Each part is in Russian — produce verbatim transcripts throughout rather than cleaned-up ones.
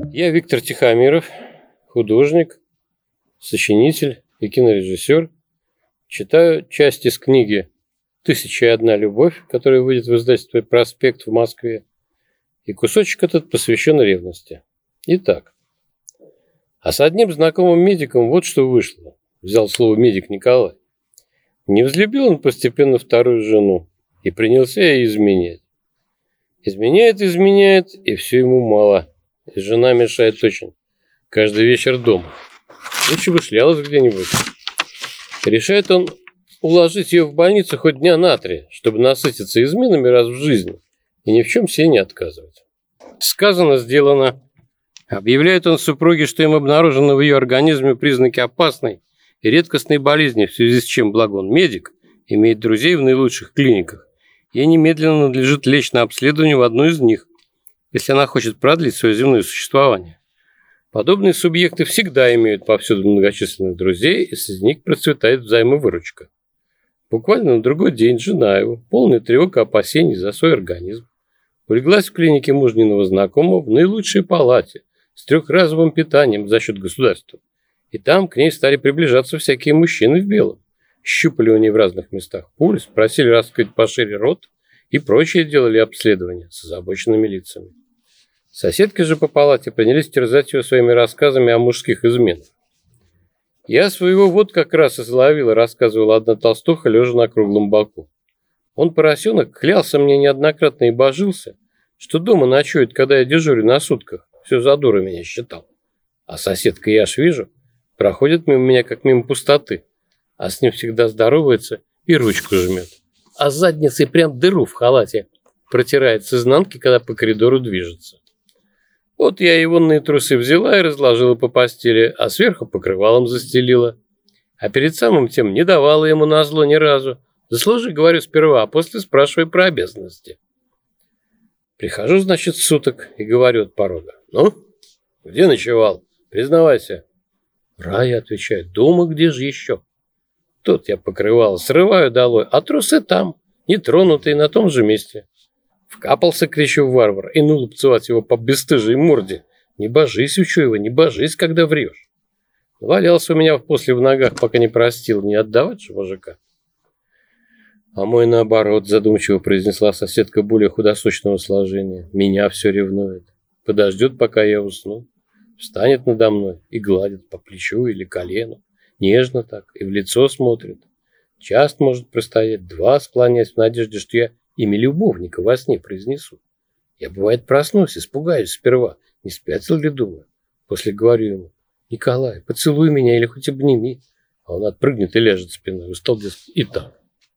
Я Виктор Тихомиров, художник, сочинитель и кинорежиссер. Читаю часть из книги «Тысяча и одна любовь», которая выйдет в издательстве «Проспект» в Москве. И кусочек этот посвящен ревности. Итак, а с одним знакомым медиком вот что вышло. Взял слово медик Николай. Не взлюбил он постепенно вторую жену и принялся ей изменять. Изменяет, изменяет, и все ему мало. И жена мешает очень. Каждый вечер дома. Лучше бы шлялась где-нибудь. Решает он уложить ее в больницу хоть дня на три, чтобы насытиться изменами раз в жизни и ни в чем себе не отказывать. Сказано, сделано. Объявляет он супруге, что им обнаружено в ее организме признаки опасной и редкостной болезни, в связи с чем, благо он медик, имеет друзей в наилучших клиниках. Ей немедленно надлежит лечь на обследование в одну из них, если она хочет продлить свое земное существование. Подобные субъекты всегда имеют повсюду многочисленных друзей, и среди них процветает взаимовыручка. Буквально на другой день жена его, полная тревог и опасений за свой организм, улеглась в клинике мужниного знакомого в наилучшей палате с трехразовым питанием за счет государства. И там к ней стали приближаться всякие мужчины в белом. Щупали у нее в разных местах пульс, просили раскрыть пошире рот и прочее делали обследования с озабоченными лицами. Соседки же по палате принялись терзать ее своими рассказами о мужских изменах. Я своего вот как раз изловила, рассказывала одна толстуха, лежа на круглом боку. Он, поросенок, клялся мне неоднократно и божился, что дома ночует, когда я дежурю на сутках. Все за дуру меня считал. А соседка, я ж вижу, проходит мимо меня, как мимо пустоты. А с ним всегда здоровается и ручку жмет. А задницей прям дыру в халате протирает с изнанки, когда по коридору движется. Вот я егонные трусы взяла и разложила по постели, а сверху покрывалом застелила. А перед самым тем не давала ему назло ни разу. Заслужи, говорю, сперва, а после спрашивай про обязанности. Прихожу, значит, с суток и говорю от порога. Ну, где ночевал? Признавайся. Рая отвечает, дома где же еще? Тут я покрывало срываю долой, а трусы там, нетронутые на том же месте. Вкапался, кричу, варвар, и ну лупцевать его по бесстыжей морде. Не божись, учу его, не божись, когда врешь. Валялся у меня после в ногах, пока не простил, не отдавать же мужика. А мой наоборот, задумчиво произнесла соседка более худосочного сложения. Меня все ревнует. Подождет, пока я усну. Встанет надо мной и гладит по плечу или колену. Нежно так, и в лицо смотрит. Часто может простоять, два склонясь в надежде, что я имя любовника во сне произнесу. Я, бывает, проснусь, испугаюсь сперва, не спятил ли, думаю. После говорю ему, Николай, поцелуй меня или хоть обними. А он отпрыгнет и ляжет спиной, устал, дескать, и так.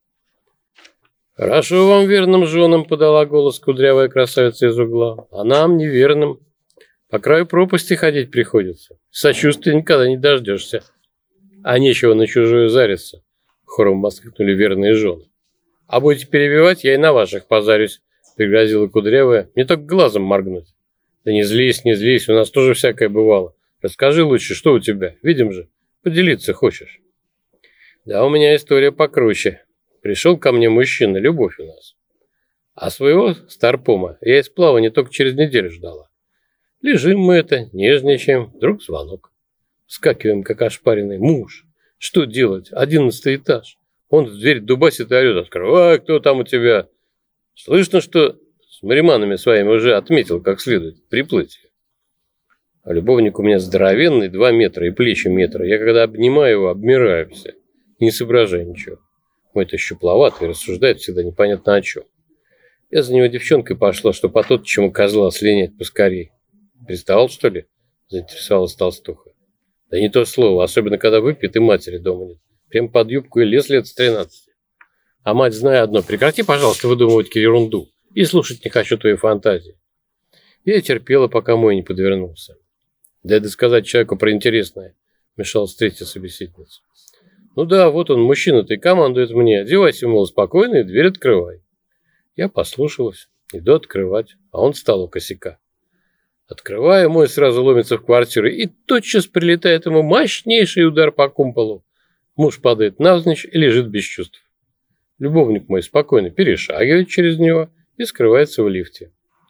Хорошо вам, верным женам, подала голос кудрявая красавица из угла, а нам, неверным, по краю пропасти ходить приходится. Сочувствия никогда не дождешься. А нечего на чужую зариться, хором воскликнули верные жены. А будете перебивать, я и на ваших позарюсь, пригрозила кудрявая, не только глазом моргнуть. Да не злись, не злись, у нас тоже всякое бывало. Расскажи лучше, что у тебя, видим же, поделиться хочешь. Да, у меня история покруче. Пришел ко мне мужчина, любовь у нас. А своего старпома я из плавания только через неделю ждала. Лежим мы это, нежничаем, вдруг звонок. Вскакиваем, как ошпаренный. Муж. Что делать? Одиннадцатый этаж. Он в дверь дубасит и орет. Открывай, кто там у тебя? Слышно, что с мариманами своими уже отметил как следует приплытие. А любовник у меня здоровенный, два метра и плечи метра. Я когда обнимаю его, обмираю все. Не соображаю ничего. Мой-то щупловатый, рассуждает всегда непонятно о чем. Я за него девчонкой пошла, что по тот, чему козла слинять поскорей. Приставал, что ли? Заинтересовалась толстуха. Да не то слово, особенно когда выпьет и матери дома нет. Прям под юбку и лез лет с тринадцати. А мать, зная одно, прекрати, пожалуйста, выдумывать ерунду. И слушать не хочу твоей фантазии. Я терпела, пока мой не подвернулся. Дай досказать человеку про интересное, вмешалась третья собеседница. Ну да, вот он, мужчина-то, и командует мне. Одевайся, мол, спокойно и дверь открывай. Я послушалась, иду открывать, а он встал у косяка. Открывая, мой сразу ломится в квартиру, и тотчас прилетает ему мощнейший удар по кумполу. Муж падает навзничь и лежит без чувств. Любовник мой спокойно перешагивает через него и скрывается в лифте.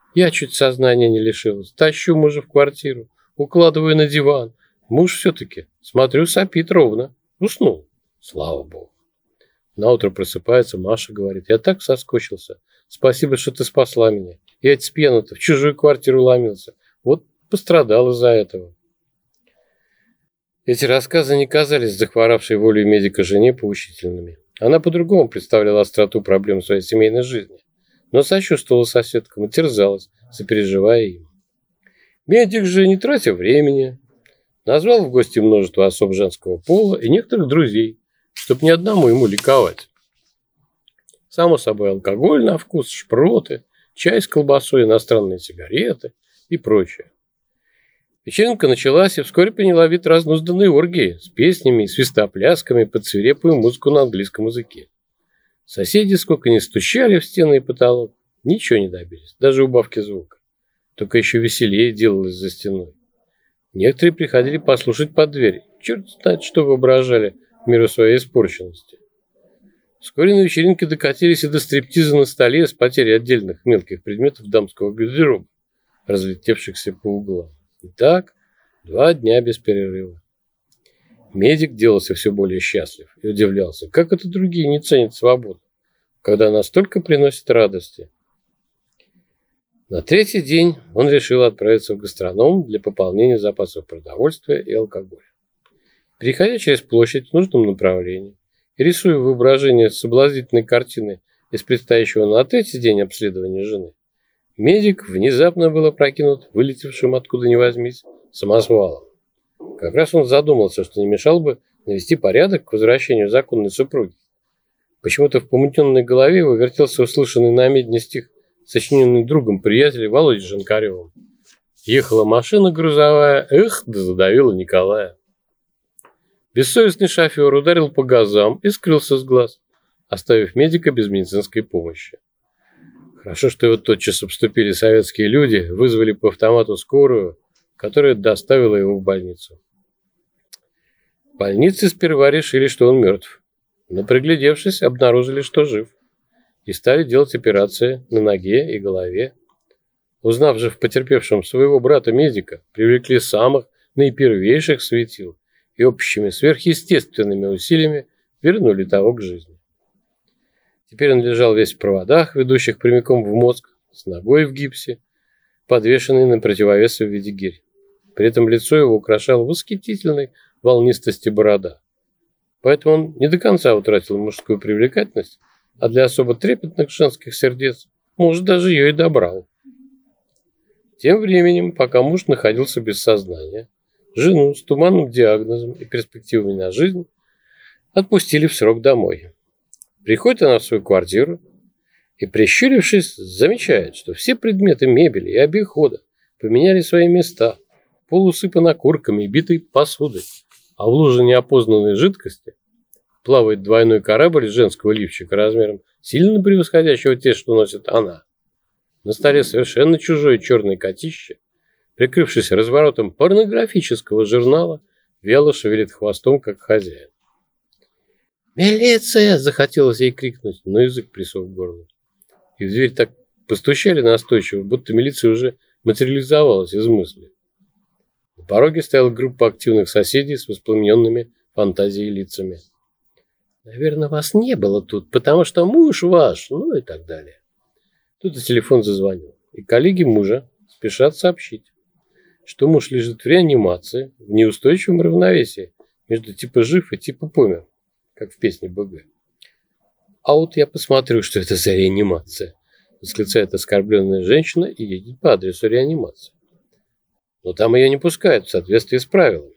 Я чуть сознания не лишилась. Тащу мужа в квартиру, укладываю на диван. Муж все-таки, смотрю, сопит ровно. Уснул. Слава богу. Наутро просыпается, Маша говорит: я так соскучился. Спасибо, что ты спасла меня. Я с пьяну-то в чужую квартиру ломился. Вот пострадал из-за этого. Эти рассказы не казались захворавшей волей медика жене поучительными. Она по-другому представляла остроту проблем своей семейной жизни, но сочувствовала соседкам и терзалась, сопереживая им. Медик же, не тратя времени, назвал в гости множество особ женского пола и некоторых друзей, чтобы ни одному ему ликовать. Само собой, алкоголь на вкус, шпроты, чай с колбасой, иностранные сигареты и прочее. Вечеринка началась и вскоре приняла вид разнузданной оргии с песнями и свистоплясками под свирепую музыку на английском языке. Соседи, сколько ни стучали в стены и потолок, ничего не добились, даже убавки звука. Только еще веселее делалось за стеной. Некоторые приходили послушать под дверь, черт знает, что воображали в меру своей испорченности. Вскоре на вечеринке докатились и до стриптиза на столе с потерей отдельных мелких предметов дамского гардероба, разлетевшихся по углам. И так два дня без перерыва. Медик делался все более счастлив и удивлялся, как это другие не ценят свободу, когда она столько приносит радости. На третий день он решил отправиться в гастроном для пополнения запасов продовольствия и алкоголя. Переходя через площадь в нужном направлении и рисуя в воображении соблазнительной картины из предстоящего на третий день обследования жены, медик внезапно был опрокинут вылетевшим откуда ни возьмись самосвалом. Как раз он задумался, что не мешал бы навести порядок к возвращению законной супруги. Почему-то в помутненной голове его вертелся услышанный на медне стих, сочиненный другом приятеля Володей Жанкаревым. Ехала машина грузовая, эх, да задавила Николая. Бессовестный шофер ударил по газам и скрылся с глаз, оставив медика без медицинской помощи. Хорошо, что его тотчас обступили советские люди, вызвали по автомату скорую, которая доставила его в больницу. В больнице сперва решили, что он мертв, но, приглядевшись, обнаружили, что жив, и стали делать операции на ноге и голове. Узнав же в потерпевшем своего брата-медика, привлекли самых наипервейших светил и общими сверхъестественными усилиями вернули того к жизни. Теперь он лежал весь в проводах, ведущих прямиком в мозг, с ногой в гипсе, подвешенный на противовес в виде гирь. При этом лицо его украшало восхитительной волнистости борода. Поэтому он не до конца утратил мужскую привлекательность, а для особо трепетных женских сердец, может, даже ее и добрал. Тем временем, пока муж находился без сознания, жену с туманным диагнозом и перспективами на жизнь отпустили в срок домой. Приходит она в свою квартиру и, прищурившись, замечает, что все предметы мебели и обихода поменяли свои места, пол усыпан окурками и битой посудой, а в луже неопознанной жидкости плавает двойной корабль женского лифчика размером, сильно превосходящего те, что носит она. На столе совершенно чужое черное котище, прикрывшись разворотом порнографического журнала, вяло шевелит хвостом, как хозяин. «Милиция!» – захотелось ей крикнуть, но язык присох к горлу. И в дверь так постучали настойчиво, будто милиция уже материализовалась из мысли. На пороге стояла группа активных соседей с воспламененными фантазией лицами. «Наверное, вас не было тут, потому что муж ваш», ну и так далее. Тут и телефон зазвонил, и коллеги мужа спешат сообщить, что муж лежит в реанимации, в неустойчивом равновесии между типа жив и типа помер, как в песне БГ. «А вот я посмотрю, что это за реанимация», восклицает оскорбленная женщина и едет по адресу реанимации. Но там ее не пускают в соответствии с правилами.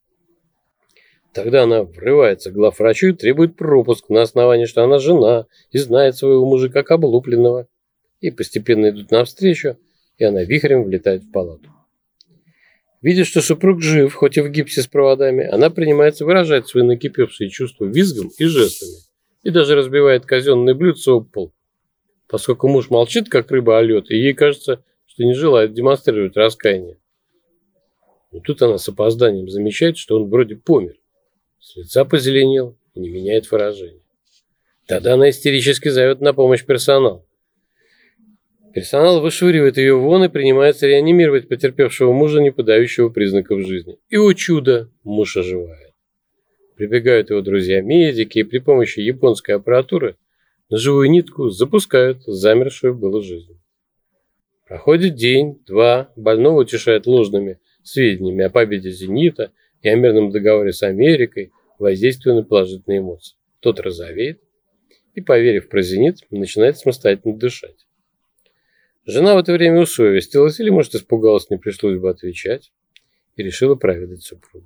Тогда она врывается к главврачу и требует пропуск на основании, что она жена и знает своего мужа как облупленного. И постепенно идут навстречу, и она вихрем влетает в палату. Видя, что супруг жив, хоть и в гипсе с проводами, она принимается выражать свои накипевшие чувства визгом и жестами, и даже разбивает казенное блюдце об пол, поскольку муж молчит, как рыба о лед, и ей кажется, что не желает демонстрировать раскаяние. Но тут она с опозданием замечает, что он вроде помер, с лица позеленел и не меняет выражения. Тогда она истерически зовет на помощь персонал. Персонал вышвыривает ее вон и принимается реанимировать потерпевшего мужа, не подающего признаков жизни. И, о чудо, муж оживает. Прибегают его друзья-медики и при помощи японской аппаратуры на живую нитку запускают замершую было жизнь. Проходит день, два, больного утешают ложными сведениями о победе «Зенита» и о мирном договоре с Америкой, воздействуя на положительные эмоции. Тот розовеет и, поверив про «Зенит», начинает самостоятельно дышать. Жена в это время усовестилась или, может, испугалась, не пришлось бы отвечать, и решила проведать супруга.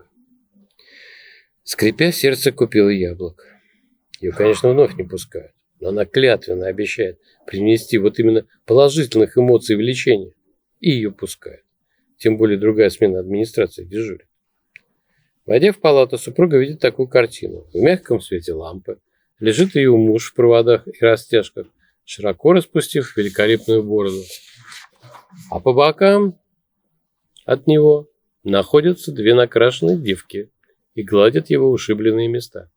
Скрипя, сердце купила яблок. Ее, конечно, вновь не пускают, но она клятвенно обещает принести вот именно положительных эмоций в лечение, и ее пускают. Тем более другая смена администрации дежурит. Войдя в палату, супруга видит такую картину. В мягком свете лампы лежит ее муж в проводах и растяжках, широко распустив великолепную бороду. А по бокам от него находятся две накрашенные девки и гладят его ушибленные места.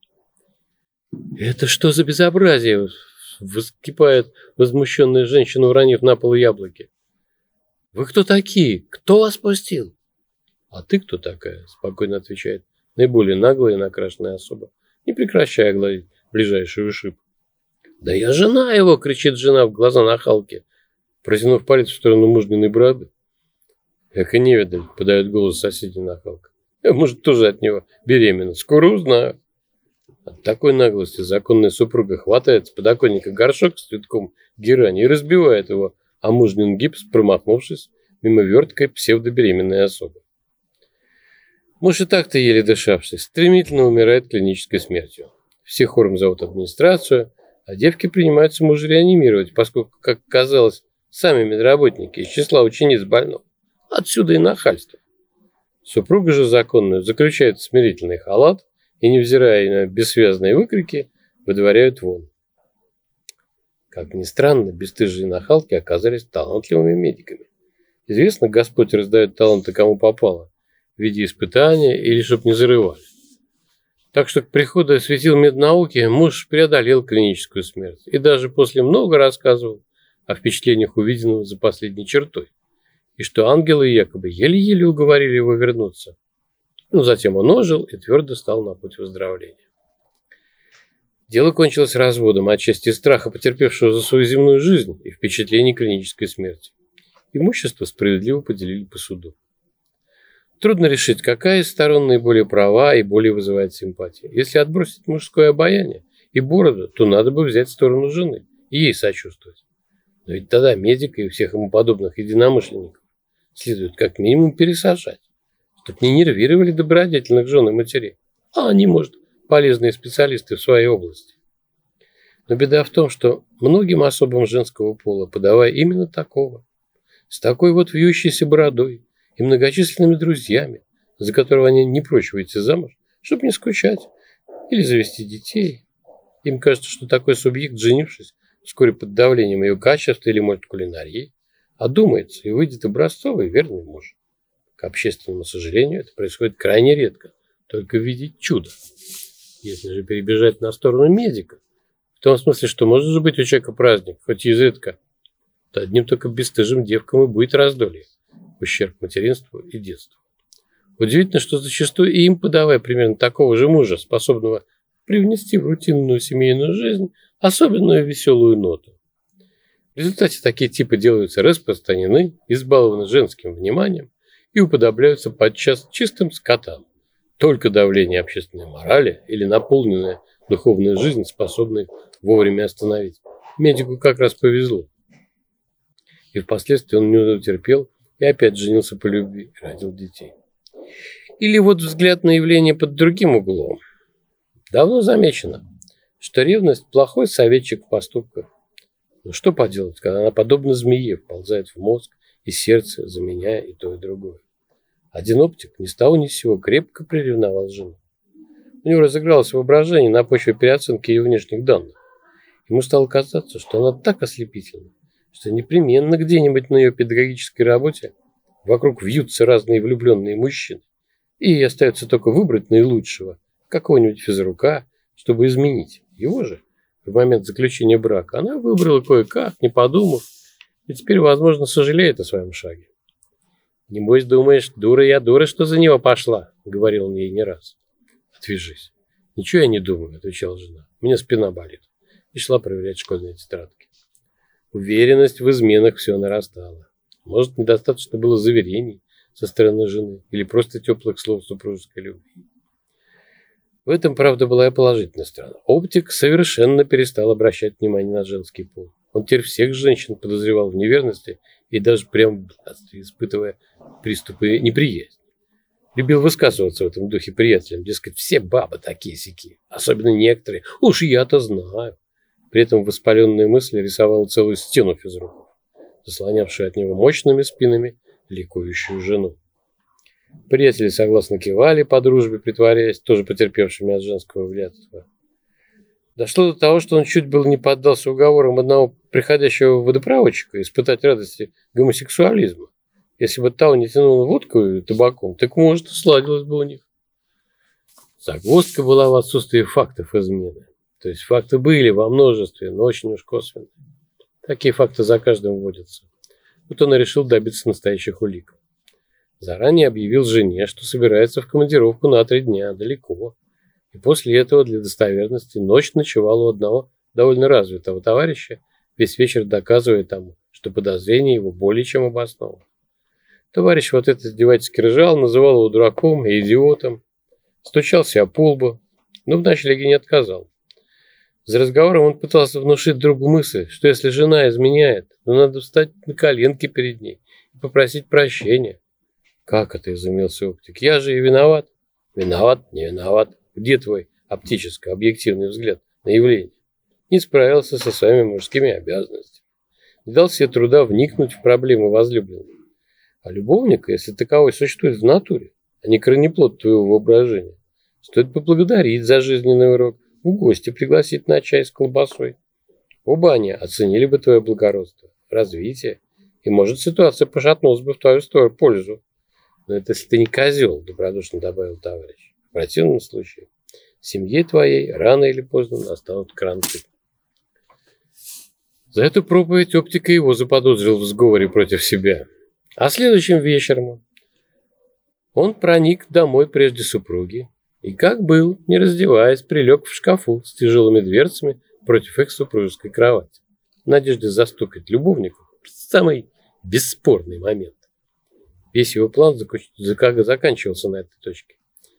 «Это что за безобразие?» — вскипает возмущенная женщина, уронив на пол яблоки. «Вы кто такие? Кто вас пустил?» «А ты кто такая?» — спокойно отвечает наиболее наглая и накрашенная особа, не прекращая гладить ближайший ушиб. «Да я жена его!» — кричит жена в глаза нахалки, протянув палец в сторону мужниной бороды. «Как и невидаль!» — подает голос соседей нахалка. «Я, может, тоже от него беременна. Скоро узнаю». От такой наглости законная супруга хватает с подоконника горшок с цветком герани и разбивает его о мужнин гипс, промахнувшись мимо верткой псевдобеременной особы. Муж и так-то еле дышавший, стремительно умирает клинической смертью. Все хором зовут администрацию, а девки принимаются мужа реанимировать, поскольку, как казалось, сами медработники из числа учениц больного. Отсюда и нахальство. Супруга же законную заключает в смирительный халат и, невзирая на бессвязные выкрики, выдворяют вон. Как ни странно, бесстыжие нахалки оказались талантливыми медиками. Известно, Господь раздает таланты кому попало, в виде испытания или чтоб не зарывали. Так что к приходу светил меднауки муж преодолел клиническую смерть и даже после много рассказывал о впечатлениях увиденного за последней чертой, и что ангелы якобы еле-еле уговорили его вернуться. Но затем он ожил и твердо стал на путь выздоровления. Дело кончилось разводом, отчасти страха потерпевшего за свою земную жизнь и впечатлений клинической смерти. Имущество справедливо поделили по суду. Трудно решить, какая из сторон наиболее права и более вызывает симпатии. Если отбросить мужское обаяние и бороду, то надо бы взять сторону жены и ей сочувствовать. Но ведь тогда медика и всех ему подобных единомышленников следует как минимум пересажать, чтобы не нервировали добродетельных жен и матерей. А они, может, полезные специалисты в своей области. Но беда в том, что многим особам женского пола, подавая именно такого, с такой вот вьющейся бородой и многочисленными друзьями, за которого они не прочь выйти замуж, чтобы не скучать или завести детей. Им кажется, что такой субъект, женившись вскоре под давлением ее качества или, может, кулинарии, одумается и выйдет образцовый верный муж. К общественному сожалению, это происходит крайне редко, только в виде чуда. Если же перебежать на сторону медика, в том смысле, что может же быть у человека праздник, хоть и изредка, то одним только бесстыжим девкам и будет раздолье, в ущерб материнству и детству. Удивительно, что зачастую и им, подавая примерно такого же мужа, способного привнести в рутинную семейную жизнь особенную веселую ноту. В результате такие типы делаются распространены, избалованы женским вниманием и уподобляются подчас чистым скотам. Только давление общественной морали или наполненная духовная жизнь способны вовремя остановить. Медику как раз повезло. И впоследствии он не утерпел и опять женился по любви и родил детей. Или вот взгляд на явление под другим углом. Давно замечено, что ревность – плохой советчик в поступках. Но что поделать, когда она, подобно змее, вползает в мозг и сердце, заменяя и то, и другое. Один оптик ни с того ни с сего крепко приревновал жену. У него разыгралось воображение на почве переоценки ее внешних данных. Ему стало казаться, что она так ослепительна, что непременно где-нибудь на ее педагогической работе вокруг вьются разные влюбленные мужчины, и ей остается только выбрать наилучшего, какого-нибудь физрука, чтобы изменить его же. В момент заключения брака она выбрала кое-как, не подумав, и теперь, возможно, сожалеет о своем шаге. «Небось, думаешь, дура я дура, что за него пошла», — говорил он ей не раз. «Отвяжись». «Ничего я не думаю», — отвечала жена. «У меня спина болит». И шла проверять школьные тетрадки. Уверенность в изменах все нарастала. Может, недостаточно было заверений со стороны жены или просто теплых слов супружеской любви. В этом, правда, была и положительная сторона. Оптик совершенно перестал обращать внимание на женский пол. Он теперь всех женщин подозревал в неверности и даже прямо испытывая приступы неприязни. Любил высказываться в этом духе приятелям, дескать, все бабы такие-сяки, особенно некоторые, уж я-то знаю. При этом воспаленная мысль рисовала целую стену физруков, заслонявшую от него мощными спинами ликующую жену. Приятели согласно кивали по дружбе, притворяясь, тоже потерпевшими от женского влиятельства. Дошло до того, что он чуть было не поддался уговорам одного приходящего водопроводчика испытать радости гомосексуализма. Если бы того не тянул водку и табаком, так, может, и сладилось бы у них. Загвоздка была в отсутствии фактов измены. То есть факты были во множестве, но очень уж косвенные. Такие факты за каждым вводятся. Вот он и решил добиться настоящих улик. Заранее объявил жене, что собирается в командировку на три дня, далеко. И после этого для достоверности ночь ночевал у одного довольно развитого товарища, весь вечер доказывая тому, что подозрение его более чем обосновано. Товарищ вот это издевательски ржал, называл его дураком и идиотом, стучался о полбу, но в ночлеге не отказал. За разговором он пытался внушить другу мысль, что если жена изменяет, то надо встать на коленки перед ней и попросить прощения. «Как это?» – изумился оптик. «Я же и виноват». «Виноват, не виноват. Где твой оптический, объективный взгляд на явление? Не справился со своими мужскими обязанностями. Не дал себе труда вникнуть в проблемы возлюбленного. А любовника, если таковой существует в натуре, а не корнеплод твоего воображения, стоит поблагодарить за жизненный урок, в гости пригласить на чай с колбасой. Оба они оценили бы твое благородство, развитие, и, может, ситуация пошатнулась бы в твою сторону пользу. Но это если ты не козел», – добродушно добавил товарищ. «В противном случае семье твоей рано или поздно настанут кранты». За эту проповедь оптика его заподозрил в сговоре против себя. А следующим вечером он проник домой прежде супруги и, как был, не раздеваясь, прилег в шкафу с тяжелыми дверцами против их супружеской кровати, в надежде застукать любовнику в самый бесспорный момент. Весь его план заканчивался на этой точке.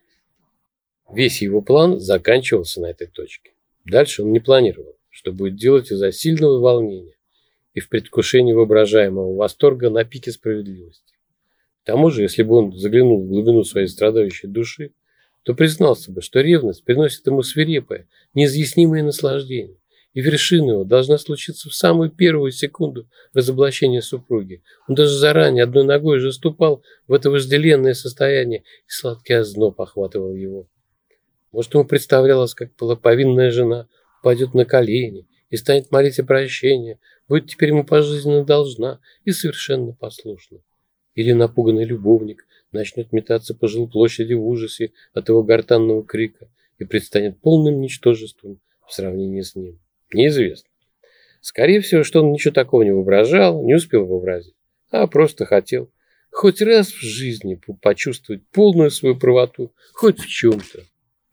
Весь его план заканчивался на этой точке. Дальше он не планировал, что будет делать из-за сильного волнения и в предвкушении воображаемого восторга на пике справедливости. К тому же, если бы он заглянул в глубину своей страдающей души, то признался бы, что ревность приносит ему свирепое, неизъяснимое наслаждение, и вершина его должна случиться в самую первую секунду разоблачения супруги. Он даже заранее одной ногой же ступал в это вожделенное состояние, и сладкий озноб охватывал его. Может, ему представлялось, как повинная жена пойдет на колени и станет молить о прощении, будет теперь ему пожизненно должна и совершенно послушна. Или напуганный любовник начнет метаться по жилплощади в ужасе от его гортанного крика и предстанет полным ничтожеством в сравнении с ним. Неизвестно. Скорее всего, что он ничего такого не воображал, не успел вообразить, а просто хотел хоть раз в жизни почувствовать полную свою правоту, хоть в чем-то.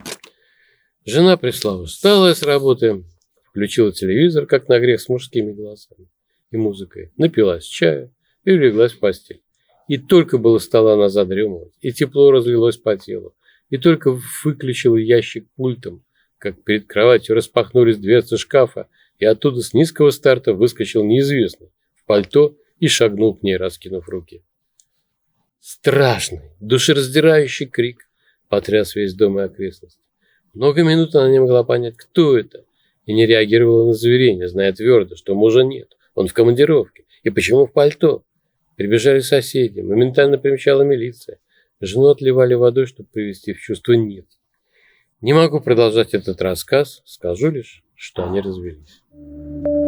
Жена пришла усталая с работы, включила телевизор, как на грех, с мужскими голосами и музыкой, напилась чая и улеглась в постель. И только было стала она задремывать, и тепло разлилось по телу, и только выключила ящик пультом, как перед кроватью распахнулись дверцы шкафа, и оттуда с низкого старта выскочил неизвестный в пальто и шагнул к ней, раскинув руки. Страшный, душераздирающий крик потряс весь дом и окрестности. Много минут она не могла понять, кто это, и не реагировала на заверение, зная твердо, что мужа нет, он в командировке, и почему в пальто. Прибежали соседи, моментально примчала милиция. Жену отливали водой, чтобы привести в чувство «нет». Не могу продолжать этот рассказ, скажу лишь, что они развелись.